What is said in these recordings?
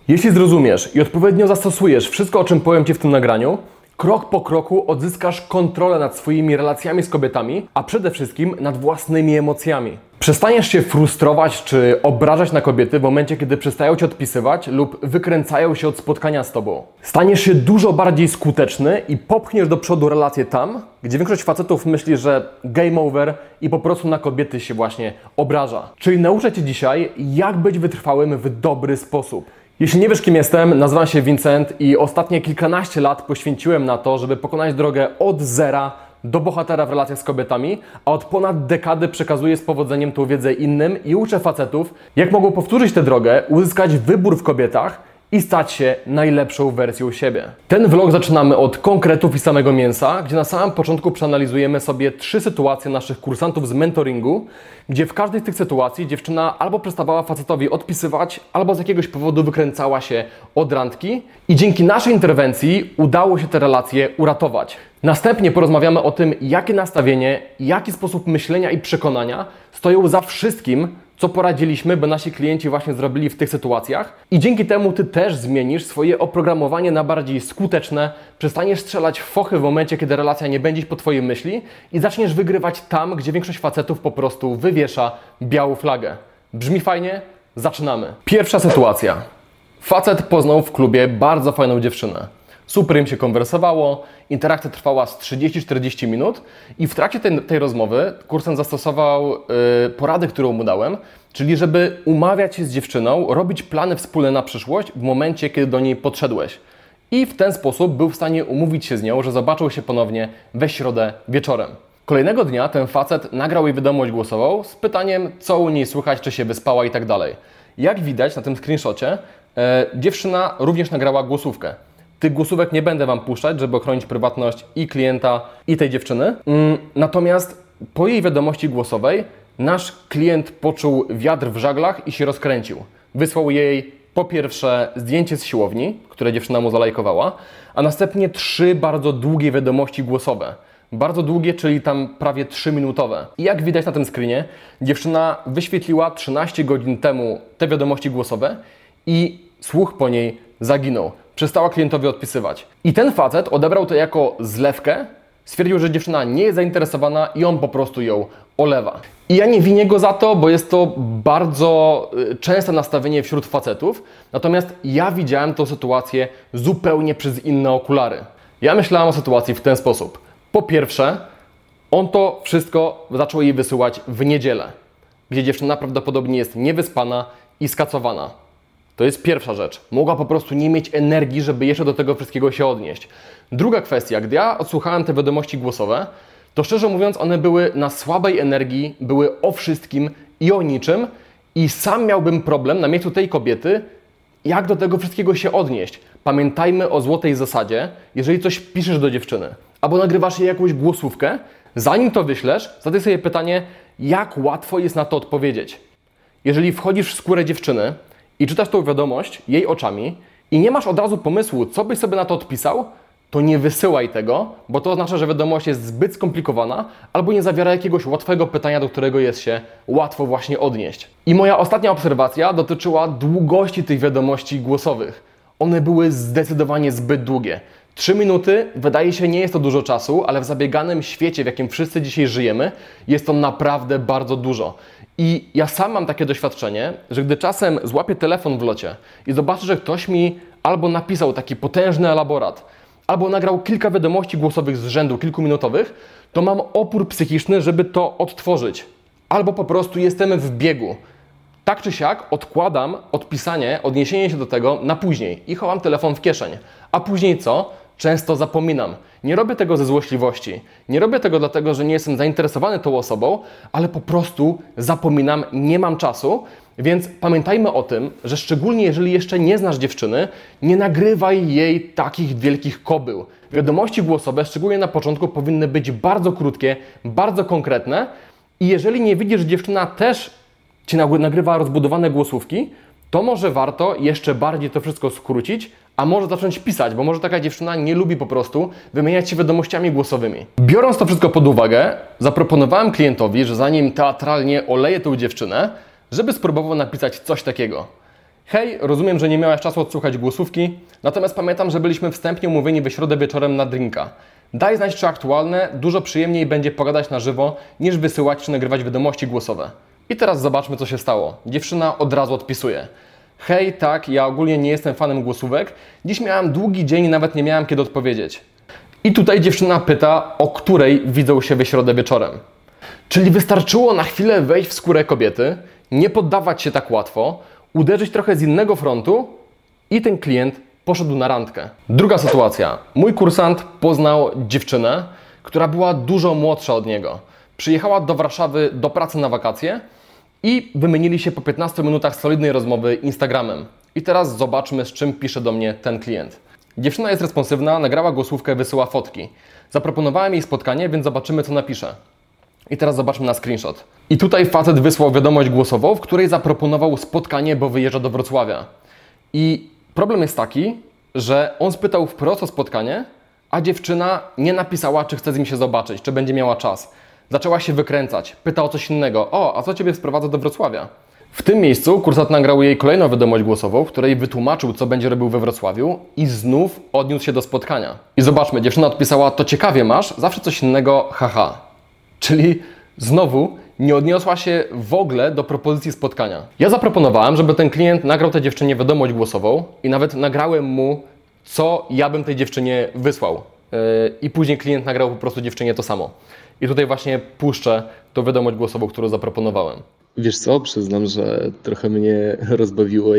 Jeśli zrozumiesz i odpowiednio zastosujesz wszystko, o czym powiem Ci w tym nagraniu, krok po kroku odzyskasz kontrolę nad swoimi relacjami z kobietami, a przede wszystkim nad własnymi emocjami. Przestaniesz się frustrować czy obrażać na kobiety w momencie, kiedy przestają Cię odpisywać lub wykręcają się od spotkania z Tobą. Staniesz się dużo bardziej skuteczny i popchniesz do przodu relacje tam, gdzie większość facetów myśli, że game over i po prostu na kobiety się właśnie obraża. Czyli nauczę Cię dzisiaj, jak być wytrwałym w dobry sposób. Jeśli nie wiesz, kim jestem, nazywam się Vincent i ostatnie kilkanaście lat poświęciłem na to, żeby pokonać drogę od zera do bohatera w relacjach z kobietami, a od ponad dekady przekazuję z powodzeniem tą wiedzę innym i uczę facetów, jak mogą powtórzyć tę drogę, uzyskać wybór w kobietach i stać się najlepszą wersją siebie. Ten vlog zaczynamy od konkretów i samego mięsa, gdzie na samym początku przeanalizujemy sobie 3 sytuacje naszych kursantów z mentoringu, gdzie w każdej z tych sytuacji dziewczyna albo przestawała facetowi odpisywać, albo z jakiegoś powodu wykręcała się od randki i dzięki naszej interwencji udało się te relacje uratować. Następnie porozmawiamy o tym, jakie nastawienie, jaki sposób myślenia i przekonania stoją za wszystkim, co poradziliśmy, by nasi klienci właśnie zrobili w tych sytuacjach i dzięki temu Ty też zmienisz swoje oprogramowanie na bardziej skuteczne, przestaniesz strzelać w fochy w momencie, kiedy relacja nie będzie po Twojej myśli i zaczniesz wygrywać tam, gdzie większość facetów po prostu wywiesza białą flagę. Brzmi fajnie? Zaczynamy. Pierwsza sytuacja. Facet poznał w klubie bardzo fajną dziewczynę. Super im się konwersowało, interakcja trwała z 30-40 minut i w trakcie tej rozmowy kursant zastosował poradę, którą mu dałem, czyli żeby umawiać się z dziewczyną, robić plany wspólne na przyszłość w momencie, kiedy do niej podszedłeś. I w ten sposób był w stanie umówić się z nią, że zobaczą się ponownie we środę wieczorem. Kolejnego dnia ten facet nagrał jej wiadomość głosową z pytaniem, co u niej słychać, czy się wyspała i tak dalej. Jak widać na tym screenshocie, dziewczyna również nagrała głosówkę. Tych głosówek nie będę Wam puszczać, żeby ochronić prywatność i klienta, i tej dziewczyny. Natomiast po jej wiadomości głosowej nasz klient poczuł wiatr w żaglach i się rozkręcił. Wysłał jej po pierwsze zdjęcie z siłowni, które dziewczyna mu zalajkowała, a następnie 3 bardzo długie wiadomości głosowe. Bardzo długie, czyli tam prawie 3-minutowe. I jak widać na tym screenie, dziewczyna wyświetliła 13 godzin temu te wiadomości głosowe i słuch po niej zaginął. Przestała klientowi odpisywać. I ten facet odebrał to jako zlewkę, stwierdził, że dziewczyna nie jest zainteresowana i on po prostu ją olewa. I ja nie winię go za to, bo jest to bardzo częste nastawienie wśród facetów, natomiast ja widziałem tę sytuację zupełnie przez inne okulary. Ja myślałem o sytuacji w ten sposób. Po pierwsze, on to wszystko zaczął jej wysyłać w niedzielę, gdzie dziewczyna prawdopodobnie jest niewyspana i skacowana. To jest pierwsza rzecz. Mogła po prostu nie mieć energii, żeby jeszcze do tego wszystkiego się odnieść. Druga kwestia, gdy ja odsłuchałem te wiadomości głosowe, to szczerze mówiąc one były na słabej energii, były o wszystkim i o niczym i sam miałbym problem na miejscu tej kobiety, jak do tego wszystkiego się odnieść. Pamiętajmy o złotej zasadzie, jeżeli coś piszesz do dziewczyny, albo nagrywasz jej jakąś głosówkę, zanim to wyślesz, zadaj sobie pytanie, jak łatwo jest na to odpowiedzieć. Jeżeli wchodzisz w skórę dziewczyny, i czytasz tą wiadomość jej oczami i nie masz od razu pomysłu, co byś sobie na to odpisał, to nie wysyłaj tego, bo to oznacza, że wiadomość jest zbyt skomplikowana albo nie zawiera jakiegoś łatwego pytania, do którego jest się łatwo właśnie odnieść. I moja ostatnia obserwacja dotyczyła długości tych wiadomości głosowych. One były zdecydowanie zbyt długie. 3 minuty, wydaje się, nie jest to dużo czasu, ale w zabieganym świecie, w jakim wszyscy dzisiaj żyjemy, jest to naprawdę bardzo dużo. I ja sam mam takie doświadczenie, że gdy czasem złapię telefon w locie i zobaczę, że ktoś mi albo napisał taki potężny elaborat, albo nagrał kilka wiadomości głosowych z rzędu kilkuminutowych, to mam opór psychiczny, żeby to odtworzyć. Albo po prostu jestem w biegu. Tak czy siak odkładam odpisanie, odniesienie się do tego na później i chowam telefon w kieszeń. A później co? Często zapominam. Nie robię tego ze złośliwości. Nie robię tego dlatego, że nie jestem zainteresowany tą osobą, ale po prostu zapominam, nie mam czasu. Więc pamiętajmy o tym, że szczególnie jeżeli jeszcze nie znasz dziewczyny, nie nagrywaj jej takich wielkich kobył. Wiadomości głosowe, szczególnie na początku, powinny być bardzo krótkie, bardzo konkretne i jeżeli nie widzisz, że dziewczyna też Ci nagrywa rozbudowane głosówki, to może warto jeszcze bardziej to wszystko skrócić, a może zacząć pisać, bo może taka dziewczyna nie lubi po prostu wymieniać się wiadomościami głosowymi. Biorąc to wszystko pod uwagę, zaproponowałem klientowi, że zanim teatralnie oleję tę dziewczynę, żeby spróbował napisać coś takiego. Hej, rozumiem, że nie miałaś czasu odsłuchać głosówki, natomiast pamiętam, że byliśmy wstępnie umówieni we środę wieczorem na drinka. Daj znać, czy aktualne, dużo przyjemniej będzie pogadać na żywo, niż wysyłać czy nagrywać wiadomości głosowe. I teraz zobaczmy, co się stało. Dziewczyna od razu odpisuje. Hej, tak, ja ogólnie nie jestem fanem głosówek. Dziś miałam długi dzień i nawet nie miałam kiedy odpowiedzieć. I tutaj dziewczyna pyta, o której widzą się we środę wieczorem. Czyli wystarczyło na chwilę wejść w skórę kobiety, nie poddawać się tak łatwo, uderzyć trochę z innego frontu i ten klient poszedł na randkę. Druga sytuacja. Mój kursant poznał dziewczynę, która była dużo młodsza od niego. Przyjechała do Warszawy do pracy na wakacje i wymienili się po 15 minutach solidnej rozmowy Instagramem. I teraz zobaczmy, z czym pisze do mnie ten klient. Dziewczyna jest responsywna, nagrała głosówkę, wysyła fotki. Zaproponowałem jej spotkanie, więc zobaczymy, co napisze. I teraz zobaczmy na screenshot. I tutaj facet wysłał wiadomość głosową, w której zaproponował spotkanie, bo wyjeżdża do Wrocławia. I problem jest taki, że on spytał wprost o spotkanie, a dziewczyna nie napisała, czy chce z nim się zobaczyć, czy będzie miała czas. Zaczęła się wykręcać, pyta o coś innego. O, a co Ciebie sprowadza do Wrocławia? W tym miejscu kursant nagrał jej kolejną wiadomość głosową, w której wytłumaczył, co będzie robił we Wrocławiu i znów odniósł się do spotkania. I zobaczmy, dziewczyna odpisała, to ciekawie masz, zawsze coś innego, haha. Czyli znowu nie odniosła się w ogóle do propozycji spotkania. Ja zaproponowałem, żeby ten klient nagrał tej dziewczynie wiadomość głosową i nawet nagrałem mu, co ja bym tej dziewczynie wysłał. I później klient nagrał po prostu dziewczynie to samo. I tutaj właśnie puszczę tą wiadomość głosową, którą zaproponowałem. Wiesz co, przyznam, że trochę mnie rozbawiło,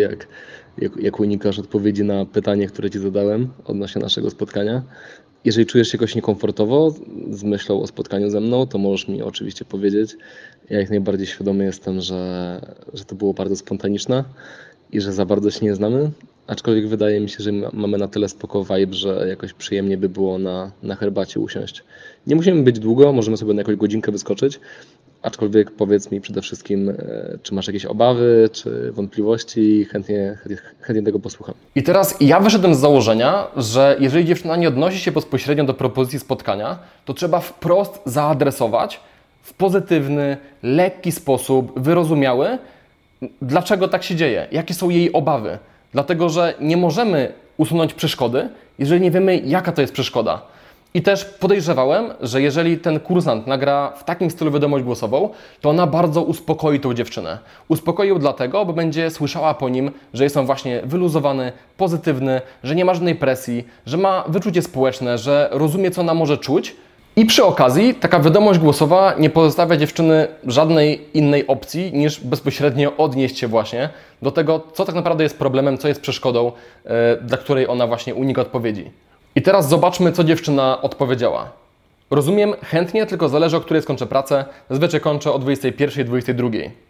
jak unikasz odpowiedzi na pytanie, które Ci zadałem odnośnie naszego spotkania. Jeżeli czujesz się jakoś niekomfortowo z myślą o spotkaniu ze mną, to możesz mi oczywiście powiedzieć. Ja jak najbardziej świadomy jestem, że to było bardzo spontaniczne i że za bardzo się nie znamy. Aczkolwiek wydaje mi się, że mamy na tyle spoko vibe, że jakoś przyjemnie by było na herbacie usiąść. Nie musimy być długo, możemy sobie na jakąś godzinkę wyskoczyć. Aczkolwiek powiedz mi przede wszystkim, czy masz jakieś obawy, czy wątpliwości, chętnie tego posłucham. I teraz ja wyszedłem z założenia, że jeżeli dziewczyna nie odnosi się bezpośrednio do propozycji spotkania, to trzeba wprost zaadresować w pozytywny, lekki sposób, wyrozumiały, dlaczego tak się dzieje, jakie są jej obawy. Dlatego, że nie możemy usunąć przeszkody, jeżeli nie wiemy, jaka to jest przeszkoda. I też podejrzewałem, że jeżeli ten kursant nagra w takim stylu wiadomość głosową, to ona bardzo uspokoi tą dziewczynę. Uspokoi ją dlatego, bo będzie słyszała po nim, że jest on właśnie wyluzowany, pozytywny, że nie ma żadnej presji, że ma wyczucie społeczne, że rozumie, co ona może czuć. I przy okazji taka wiadomość głosowa nie pozostawia dziewczyny żadnej innej opcji, niż bezpośrednio odnieść się właśnie do tego, co tak naprawdę jest problemem, co jest przeszkodą, dla której ona właśnie unika odpowiedzi. I teraz zobaczmy, co dziewczyna odpowiedziała. Rozumiem, chętnie, tylko zależy, o której skończę pracę. Zazwyczaj kończę o 21, 22.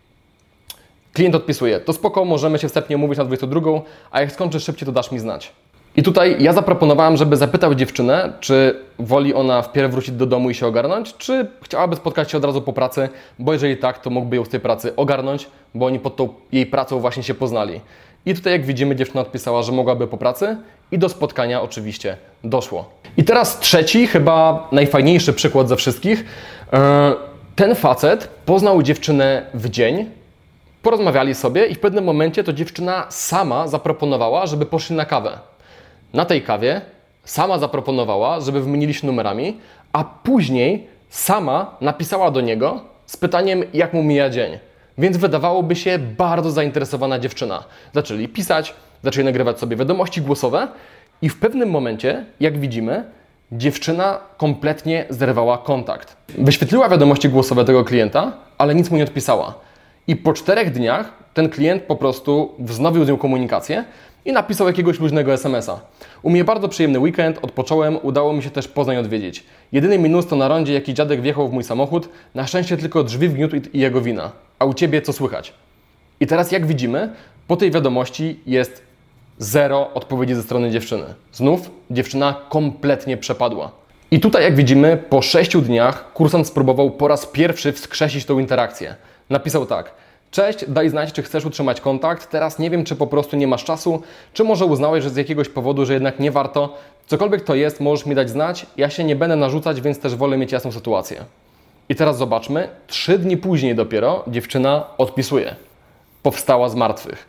Klient odpisuje, to spoko, możemy się wstępnie umówić na 22, a jak skończysz szybciej, to dasz mi znać. I tutaj ja zaproponowałem, żeby zapytał dziewczynę, czy woli ona wpierw wrócić do domu i się ogarnąć, czy chciałaby spotkać się od razu po pracy, bo jeżeli tak, to mógłby ją z tej pracy ogarnąć, bo oni pod tą jej pracą właśnie się poznali. I tutaj jak widzimy, dziewczyna odpisała, że mogłaby po pracy i do spotkania oczywiście doszło. I teraz trzeci, chyba najfajniejszy przykład ze wszystkich. Ten facet poznał dziewczynę w dzień, porozmawiali sobie i w pewnym momencie to dziewczyna sama zaproponowała, żeby poszli na kawę. Na tej kawie sama zaproponowała, żeby wymienili się numerami, a później sama napisała do niego z pytaniem, jak mu mija dzień. Więc wydawałoby się bardzo zainteresowana dziewczyna. Zaczęli pisać, zaczęli nagrywać sobie wiadomości głosowe i w pewnym momencie, jak widzimy, dziewczyna kompletnie zerwała kontakt. Wyświetliła wiadomości głosowe tego klienta, ale nic mu nie odpisała. I po 4 dniach ten klient po prostu wznowił z nią komunikację i napisał jakiegoś luźnego SMS-a. U mnie bardzo przyjemny weekend, odpocząłem, udało mi się też Poznań odwiedzić. Jedyny minus to na rondzie jaki dziadek wjechał w mój samochód, na szczęście tylko drzwi wgniótł i jego wina. A u Ciebie co słychać? I teraz jak widzimy, po tej wiadomości jest 0 odpowiedzi ze strony dziewczyny. Znów dziewczyna kompletnie przepadła. I tutaj jak widzimy, po 6 dniach kursant spróbował po raz pierwszy wskrzesić tą interakcję. Napisał tak. Cześć, daj znać, czy chcesz utrzymać kontakt. Teraz nie wiem, czy po prostu nie masz czasu, czy może uznałeś, że z jakiegoś powodu, że jednak nie warto. Cokolwiek to jest, możesz mi dać znać. Ja się nie będę narzucać, więc też wolę mieć jasną sytuację. I teraz zobaczmy, 3 dni później dopiero dziewczyna odpisuje. Powstała z martwych.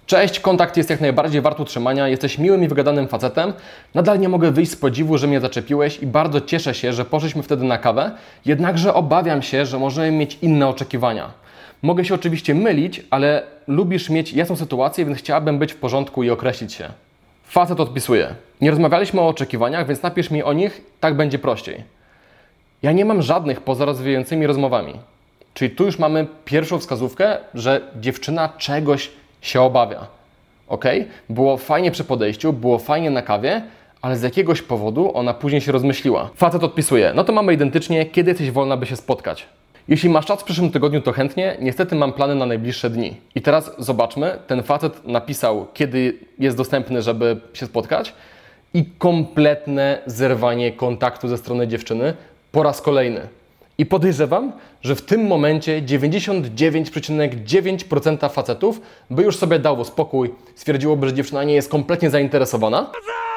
Cześć, kontakt jest jak najbardziej wart utrzymania, jesteś miłym i wygadanym facetem, nadal nie mogę wyjść z podziwu, że mnie zaczepiłeś i bardzo cieszę się, że poszliśmy wtedy na kawę, jednakże obawiam się, że możemy mieć inne oczekiwania. Mogę się oczywiście mylić, ale lubisz mieć jasną sytuację, więc chciałabym być w porządku i określić się. Facet odpisuje: nie rozmawialiśmy o oczekiwaniach, więc napisz mi o nich, tak będzie prościej. Ja nie mam żadnych poza rozwijającymi rozmowami. Czyli tu już mamy pierwszą wskazówkę, że dziewczyna czegoś się obawia. Ok? Było fajnie przy podejściu, było fajnie na kawie, ale z jakiegoś powodu ona później się rozmyśliła. Facet odpisuje: no to mamy identycznie, kiedy jesteś wolna, by się spotkać. Jeśli masz czas w przyszłym tygodniu, to chętnie, niestety mam plany na najbliższe dni. I teraz zobaczmy, ten facet napisał, kiedy jest dostępny, żeby się spotkać, i kompletne zerwanie kontaktu ze strony dziewczyny po raz kolejny. I podejrzewam, że w tym momencie 99,9% facetów by już sobie dało spokój, stwierdziłoby, że dziewczyna nie jest kompletnie zainteresowana.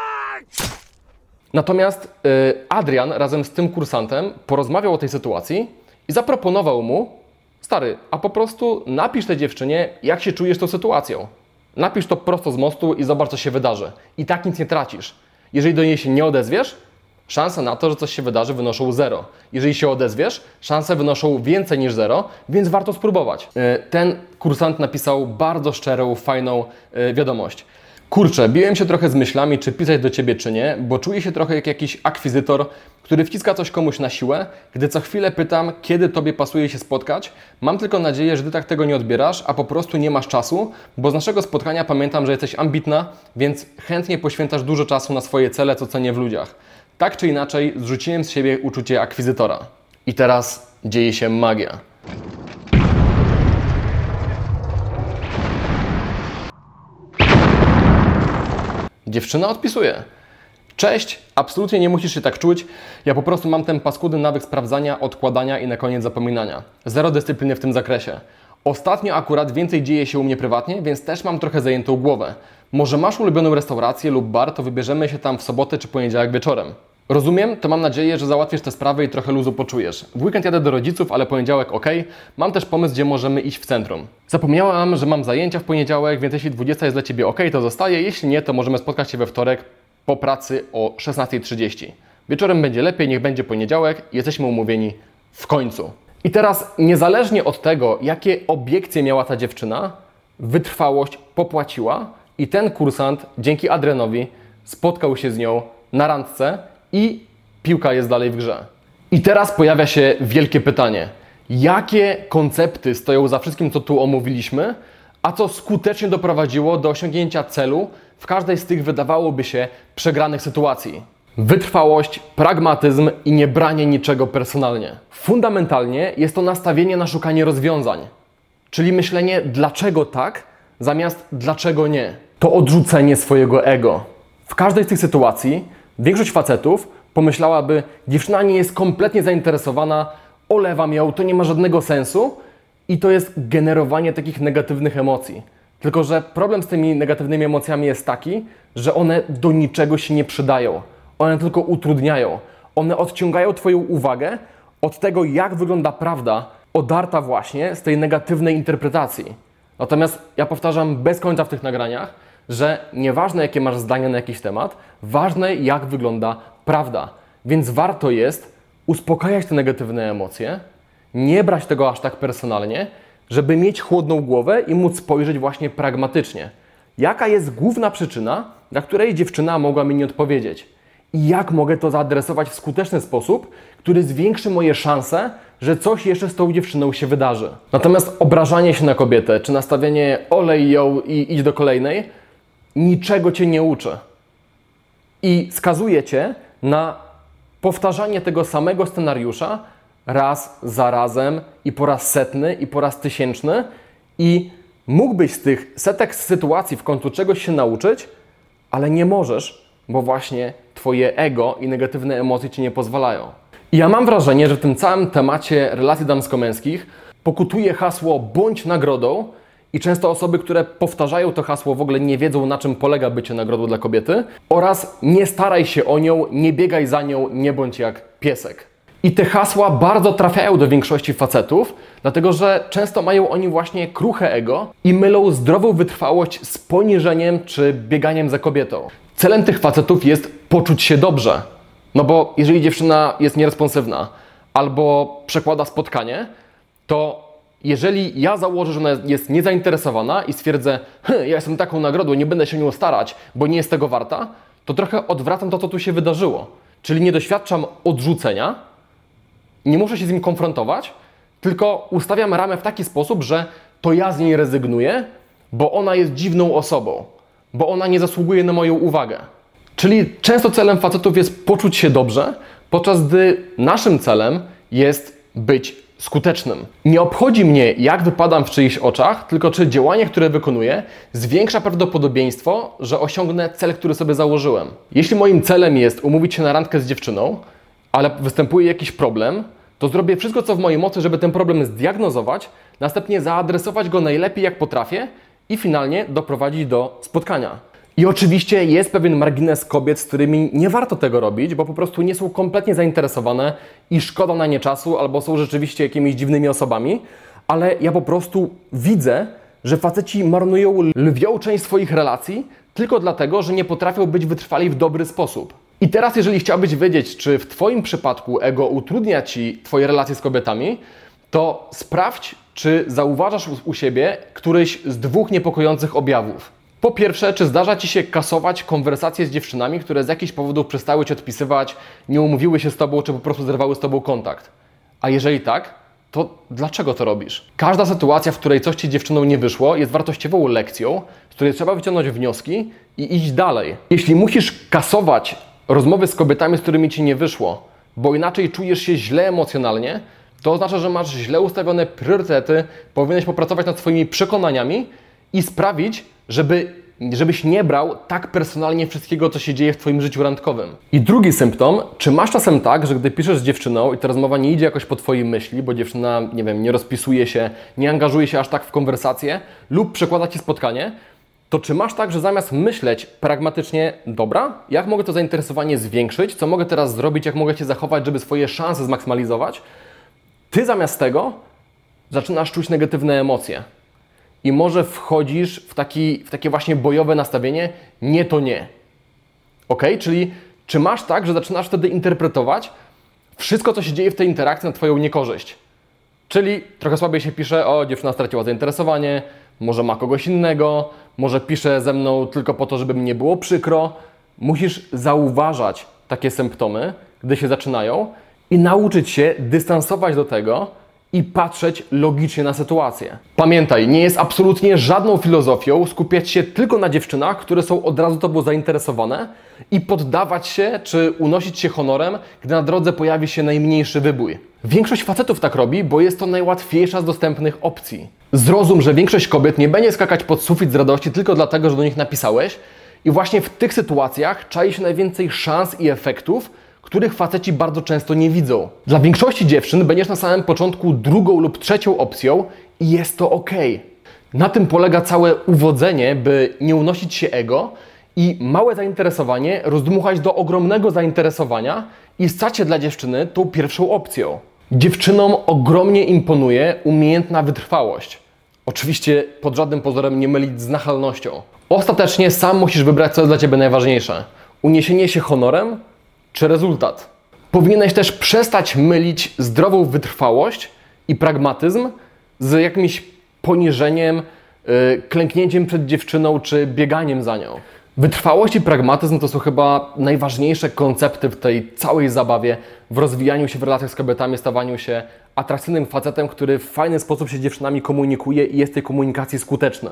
Natomiast Adrian razem z tym kursantem porozmawiał o tej sytuacji i zaproponował mu: stary, a po prostu napisz tej dziewczynie, jak się czujesz tą sytuacją. Napisz to prosto z mostu i zobacz, co się wydarzy. I tak nic nie tracisz. Jeżeli do niej się nie odezwiesz, szanse na to, że coś się wydarzy, wynoszą 0. Jeżeli się odezwiesz, szanse wynoszą więcej niż 0, więc warto spróbować. Ten kursant napisał bardzo szczerą, fajną wiadomość. Kurczę, biłem się trochę z myślami, czy pisać do Ciebie, czy nie, bo czuję się trochę jak jakiś akwizytor, który wciska coś komuś na siłę, gdy co chwilę pytam, kiedy Tobie pasuje się spotkać. Mam tylko nadzieję, że Ty tak tego nie odbierasz, a po prostu nie masz czasu, bo z naszego spotkania pamiętam, że jesteś ambitna, więc chętnie poświęcasz dużo czasu na swoje cele, co cenię w ludziach. Tak czy inaczej, zrzuciłem z siebie uczucie akwizytora. I teraz dzieje się magia. Dziewczyna odpisuje: cześć, absolutnie nie musisz się tak czuć, ja po prostu mam ten paskudny nawyk sprawdzania, odkładania i na koniec zapominania. Zero dyscypliny w tym zakresie. Ostatnio akurat więcej dzieje się u mnie prywatnie, więc też mam trochę zajętą głowę. Może masz ulubioną restaurację lub bar, to wybierzemy się tam w sobotę czy poniedziałek wieczorem. Rozumiem, to mam nadzieję, że załatwisz te sprawy i trochę luzu poczujesz. W weekend jadę do rodziców, ale poniedziałek ok. Mam też pomysł, gdzie możemy iść w centrum. Zapomniałam, że mam zajęcia w poniedziałek, więc jeśli 20 jest dla Ciebie ok, to zostaje. Jeśli nie, to możemy spotkać się we wtorek po pracy o 16:30. Wieczorem będzie lepiej, niech będzie poniedziałek. Jesteśmy umówieni w końcu. I teraz, niezależnie od tego, jakie obiekcje miała ta dziewczyna, wytrwałość popłaciła i ten kursant dzięki Adrianowi spotkał się z nią na randce i piłka jest dalej w grze. I teraz pojawia się wielkie pytanie. Jakie koncepty stoją za wszystkim, co tu omówiliśmy, a co skutecznie doprowadziło do osiągnięcia celu w każdej z tych, wydawałoby się, przegranych sytuacji? Wytrwałość, pragmatyzm i nie branie niczego personalnie. Fundamentalnie jest to nastawienie na szukanie rozwiązań, czyli myślenie dlaczego tak, zamiast dlaczego nie. To odrzucenie swojego ego. W każdej z tych sytuacji większość facetów pomyślałaby: dziewczyna nie jest kompletnie zainteresowana, olewam ją, to nie ma żadnego sensu, i to jest generowanie takich negatywnych emocji. Tylko że problem z tymi negatywnymi emocjami jest taki, że one do niczego się nie przydają. One tylko utrudniają. One odciągają Twoją uwagę od tego, jak wygląda prawda, odarta właśnie z tej negatywnej interpretacji. Natomiast ja powtarzam bez końca w tych nagraniach, że nieważne jakie masz zdanie na jakiś temat, ważne jak wygląda prawda. Więc warto jest uspokajać te negatywne emocje, nie brać tego aż tak personalnie, żeby mieć chłodną głowę i móc spojrzeć właśnie pragmatycznie. Jaka jest główna przyczyna, dla której dziewczyna mogła mi nie odpowiedzieć? I jak mogę to zaadresować w skuteczny sposób, który zwiększy moje szanse, że coś jeszcze z tą dziewczyną się wydarzy. Natomiast obrażanie się na kobietę, czy nastawienie olej ją i idź do kolejnej, niczego Cię nie uczy. I skazuje Cię na powtarzanie tego samego scenariusza raz za razem i po raz setny i po raz tysięczny, i mógłbyś z tych setek sytuacji w końcu czegoś się nauczyć, ale nie możesz, bo właśnie Twoje ego i negatywne emocje Ci nie pozwalają. I ja mam wrażenie, że w tym całym temacie relacji damsko-męskich pokutuje hasło bądź nagrodą, i często osoby, które powtarzają to hasło, w ogóle nie wiedzą, na czym polega bycie nagrodą dla kobiety, oraz nie staraj się o nią, nie biegaj za nią, nie bądź jak piesek. I te hasła bardzo trafiają do większości facetów, dlatego że często mają oni właśnie kruche ego i mylą zdrową wytrwałość z poniżeniem czy bieganiem za kobietą. Celem tych facetów jest poczuć się dobrze. No bo jeżeli dziewczyna jest nieresponsywna albo przekłada spotkanie, to jeżeli ja założę, że ona jest niezainteresowana i stwierdzę, ja jestem taką nagrodą, nie będę się nią starać, bo nie jest tego warta, to trochę odwracam to, co tu się wydarzyło. Czyli nie doświadczam odrzucenia, nie muszę się z nim konfrontować, tylko ustawiam ramę w taki sposób, że to ja z niej rezygnuję, bo ona jest dziwną osobą, bo ona nie zasługuje na moją uwagę. Czyli często celem facetów jest poczuć się dobrze, podczas gdy naszym celem jest być skutecznym. Nie obchodzi mnie, jak wypadam w czyichś oczach, tylko czy działanie, które wykonuję, zwiększa prawdopodobieństwo, że osiągnę cel, który sobie założyłem. Jeśli moim celem jest umówić się na randkę z dziewczyną, ale występuje jakiś problem, to zrobię wszystko, co w mojej mocy, żeby ten problem zdiagnozować, następnie zaadresować go najlepiej, jak potrafię i finalnie doprowadzić do spotkania. I oczywiście jest pewien margines kobiet, z którymi nie warto tego robić, bo po prostu nie są kompletnie zainteresowane i szkoda na nie czasu, albo są rzeczywiście jakimiś dziwnymi osobami, ale ja po prostu widzę, że faceci marnują lwią część swoich relacji tylko dlatego, że nie potrafią być wytrwali w dobry sposób. I teraz, jeżeli chciałbyś wiedzieć, czy w Twoim przypadku ego utrudnia Ci Twoje relacje z kobietami, to sprawdź, czy zauważasz u siebie któryś z dwóch niepokojących objawów. Po pierwsze, czy zdarza Ci się kasować konwersacje z dziewczynami, które z jakichś powodów przestały Cię odpisywać, nie umówiły się z Tobą, czy po prostu zerwały z Tobą kontakt? A jeżeli tak, to dlaczego to robisz? Każda sytuacja, w której coś Ci z dziewczyną nie wyszło, jest wartościową lekcją, z której trzeba wyciągnąć wnioski i iść dalej. Jeśli musisz kasować rozmowy z kobietami, z którymi Ci nie wyszło, bo inaczej czujesz się źle emocjonalnie, to oznacza, że masz źle ustawione priorytety, powinieneś popracować nad swoimi przekonaniami i sprawić, żebyś nie brał tak personalnie wszystkiego, co się dzieje w Twoim życiu randkowym. I drugi symptom, czy masz czasem tak, że gdy piszesz z dziewczyną i ta rozmowa nie idzie jakoś po Twojej myśli, bo dziewczyna, nie wiem, nie rozpisuje się, nie angażuje się aż tak w konwersację lub przekłada Ci spotkanie, to czy masz tak, że zamiast myśleć pragmatycznie, dobra, jak mogę to zainteresowanie zwiększyć, co mogę teraz zrobić, jak mogę się zachować, żeby swoje szanse zmaksymalizować, Ty zamiast tego zaczynasz czuć negatywne emocje. I może wchodzisz w takie właśnie bojowe nastawienie, nie to nie. Ok? Czyli czy masz tak, że zaczynasz wtedy interpretować wszystko, co się dzieje w tej interakcji na Twoją niekorzyść? Czyli trochę słabiej się pisze, o, dziewczyna straciła zainteresowanie, może ma kogoś innego, może pisze ze mną tylko po to, żeby mi nie było przykro. Musisz zauważać takie symptomy, gdy się zaczynają i nauczyć się dystansować do tego, i patrzeć logicznie na sytuację. Pamiętaj, nie jest absolutnie żadną filozofią skupiać się tylko na dziewczynach, które są od razu Tobą zainteresowane i poddawać się czy unosić się honorem, gdy na drodze pojawi się najmniejszy wybój. Większość facetów tak robi, bo jest to najłatwiejsza z dostępnych opcji. Zrozum, że większość kobiet nie będzie skakać pod sufit z radości tylko dlatego, że do nich napisałeś i właśnie w tych sytuacjach czai się najwięcej szans i efektów, których faceci bardzo często nie widzą. Dla większości dziewczyn będziesz na samym początku drugą lub trzecią opcją i jest to ok. Na tym polega całe uwodzenie, by nie unosić się ego i małe zainteresowanie rozdmuchać do ogromnego zainteresowania i stać się dla dziewczyny tą pierwszą opcją. Dziewczynom ogromnie imponuje umiejętna wytrwałość. Oczywiście pod żadnym pozorem nie mylić z nachalnością. Ostatecznie sam musisz wybrać, co jest dla Ciebie najważniejsze. Uniesienie się honorem czy rezultat. Powinieneś też przestać mylić zdrową wytrwałość i pragmatyzm z jakimś poniżeniem, klęknięciem przed dziewczyną czy bieganiem za nią. Wytrwałość i pragmatyzm to są chyba najważniejsze koncepty w tej całej zabawie, w rozwijaniu się w relacjach z kobietami, stawaniu się atrakcyjnym facetem, który w fajny sposób się z dziewczynami komunikuje i jest w tej komunikacji skuteczny.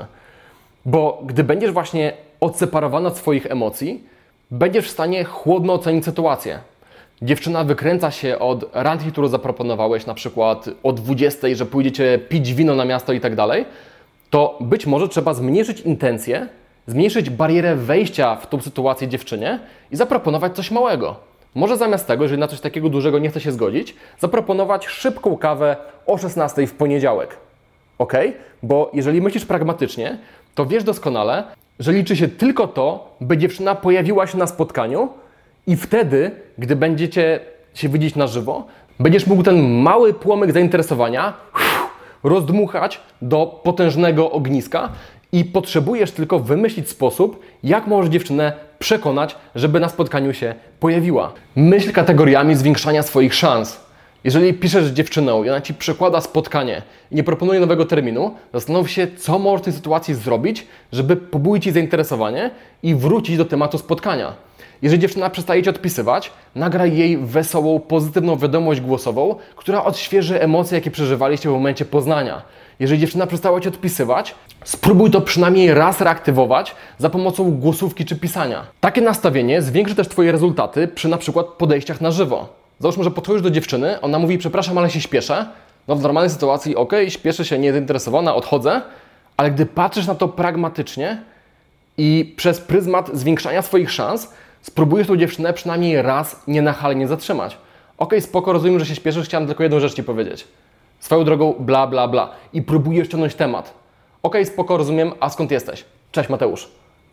Bo gdy będziesz właśnie odseparowany od swoich emocji, będziesz w stanie chłodno ocenić sytuację. Dziewczyna wykręca się od randki, którą zaproponowałeś, na przykład o 20, że pójdziecie pić wino na miasto i tak dalej, to być może trzeba zmniejszyć intencje, zmniejszyć barierę wejścia w tą sytuację dziewczynie i zaproponować coś małego. Może zamiast tego, jeżeli na coś takiego dużego nie chce się zgodzić, zaproponować szybką kawę o 16 w poniedziałek. Ok? Bo jeżeli myślisz pragmatycznie, to wiesz doskonale, że liczy się tylko to, by dziewczyna pojawiła się na spotkaniu i wtedy, gdy będziecie się widzieć na żywo, Będziesz mógł ten mały płomyk zainteresowania rozdmuchać do potężnego ogniska i potrzebujesz tylko wymyślić sposób, jak możesz dziewczynę przekonać, żeby na spotkaniu się pojawiła. Myśl kategoriami zwiększania swoich szans. Jeżeli piszesz z dziewczyną i ona Ci przekłada spotkanie i nie proponuje nowego terminu, zastanów się, co możesz w tej sytuacji zrobić, żeby pobudzić Ci zainteresowanie i wrócić do tematu spotkania. Jeżeli dziewczyna przestaje Ci odpisywać, nagraj jej wesołą, pozytywną wiadomość głosową, która odświeży emocje, jakie przeżywaliście w momencie poznania. Jeżeli dziewczyna przestała Ci odpisywać, spróbuj to przynajmniej raz reaktywować za pomocą głosówki czy pisania. Takie nastawienie zwiększy też Twoje rezultaty przy na przykład podejściach na żywo. Załóżmy, że podchodzisz do dziewczyny, ona mówi: przepraszam, ale się śpieszę. No w normalnej sytuacji, śpieszę się, nie zainteresowana, odchodzę, ale gdy patrzysz na to pragmatycznie i przez pryzmat zwiększania swoich szans, spróbujesz tą dziewczynę przynajmniej raz nienachalnie zatrzymać. Spoko, rozumiem, że się śpieszysz, chciałem tylko jedną rzecz Ci powiedzieć. Swoją drogą, bla, bla, bla. I próbujesz ciągnąć temat. Spoko, rozumiem, a skąd jesteś? Cześć, Mateusz.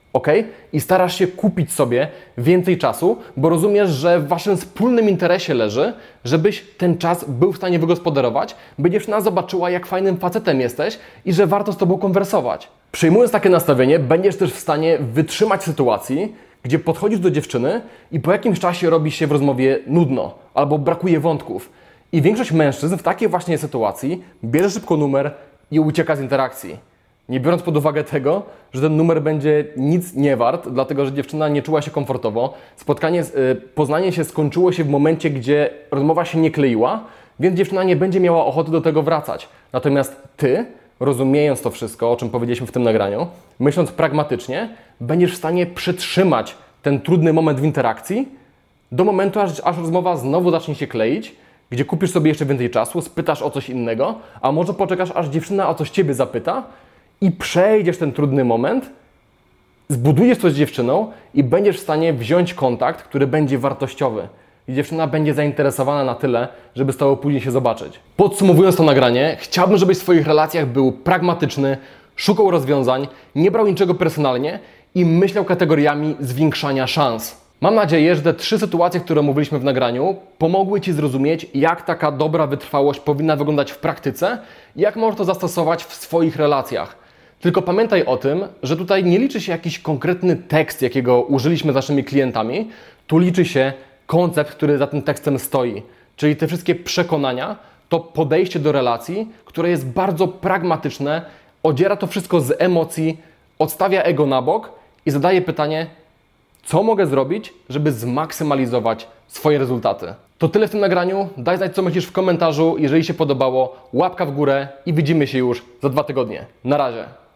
I starasz się kupić sobie więcej czasu, bo rozumiesz, że w Waszym wspólnym interesie leży, żebyś ten czas był w stanie wygospodarować, by dziewczyna zobaczyła, jak fajnym facetem jesteś i że warto z Tobą konwersować. Przyjmując takie nastawienie, będziesz też w stanie wytrzymać sytuacji, gdzie podchodzisz do dziewczyny i po jakimś czasie robi się w rozmowie nudno albo brakuje wątków. I większość mężczyzn w takiej właśnie sytuacji bierze szybko numer i ucieka z interakcji. Nie biorąc pod uwagę tego, że ten numer będzie nic nie wart, dlatego że dziewczyna nie czuła się komfortowo. Poznanie się skończyło się w momencie, gdzie rozmowa się nie kleiła, więc dziewczyna nie będzie miała ochoty do tego wracać. Natomiast Ty, rozumiejąc to wszystko, o czym powiedzieliśmy w tym nagraniu, myśląc pragmatycznie, będziesz w stanie przetrzymać ten trudny moment w interakcji do momentu, aż rozmowa znowu zacznie się kleić, gdzie kupisz sobie jeszcze więcej czasu, spytasz o coś innego, a może poczekasz, aż dziewczyna o coś Ciebie zapyta i przejdziesz ten trudny moment, zbudujesz coś z dziewczyną i będziesz w stanie wziąć kontakt, który będzie wartościowy. I dziewczyna będzie zainteresowana na tyle, żeby z Tobą później się zobaczyć. Podsumowując to nagranie, chciałbym, żebyś w swoich relacjach był pragmatyczny, szukał rozwiązań, nie brał niczego personalnie i myślał kategoriami zwiększania szans. Mam nadzieję, że te 3 sytuacje, które omówiliśmy w nagraniu, pomogły Ci zrozumieć, jak taka dobra wytrwałość powinna wyglądać w praktyce i jak możesz to zastosować w swoich relacjach. Tylko pamiętaj o tym, że tutaj nie liczy się jakiś konkretny tekst, jakiego użyliśmy z naszymi klientami, tu liczy się koncept, który za tym tekstem stoi. Czyli te wszystkie przekonania, to podejście do relacji, które jest bardzo pragmatyczne, odziera to wszystko z emocji, odstawia ego na bok i zadaje pytanie, co mogę zrobić, żeby zmaksymalizować swoje rezultaty. To tyle w tym nagraniu. Daj znać, co myślisz w komentarzu. Jeżeli się podobało, łapka w górę i widzimy się już za 2 tygodnie. Na razie.